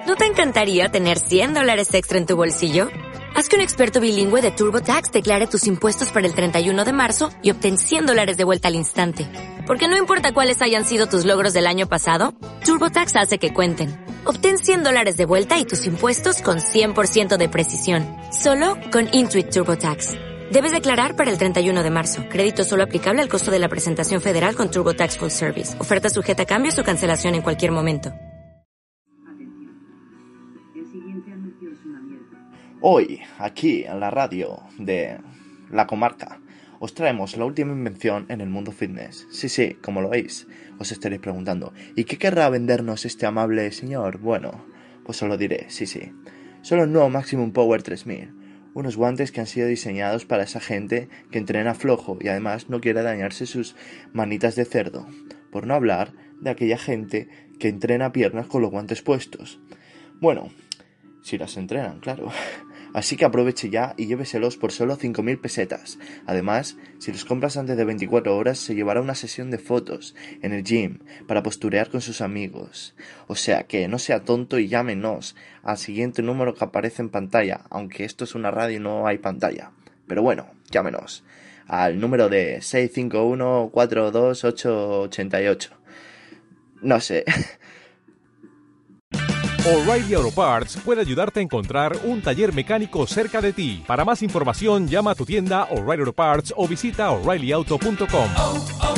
¿No te encantaría tener $100 extra en tu bolsillo? Haz que un experto bilingüe de TurboTax declare tus impuestos para el 31 de marzo y obtén $100 de vuelta al instante. Porque no importa cuáles hayan sido tus logros del año pasado, TurboTax hace que cuenten. Obtén $100 de vuelta y tus impuestos con 100% de precisión. Solo con Intuit TurboTax. Debes declarar para el 31 de marzo. Crédito solo aplicable al costo de la presentación federal con TurboTax Full Service. Oferta sujeta a cambios o cancelación en cualquier momento. Hoy, aquí en la radio de La Comarca, os traemos la última invención en el mundo fitness. Sí, como lo veis, os estaréis preguntando, ¿y qué querrá vendernos este amable señor? Bueno, pues os lo diré, sí. Son los nuevos Maximum Power 3000, unos guantes que han sido diseñados para esa gente que entrena flojo y además no quiere dañarse sus manitas de cerdo, por no hablar de aquella gente que entrena piernas con los guantes puestos. Bueno, si las entrenan, claro. Así que aproveche ya y lléveselos por solo 5.000 pesetas. Además, si los compras antes de 24 horas, se llevará una sesión de fotos en el gym para posturear con sus amigos. O sea que no sea tonto y llámenos al siguiente número que aparece en pantalla, aunque esto es una radio y no hay pantalla. Pero bueno, llámenos al número de 651-42888. No sé. O'Reilly Auto Parts puede ayudarte a encontrar un taller mecánico cerca de ti. Para más información, llama a tu tienda O'Reilly Auto Parts o visita O'ReillyAuto.com.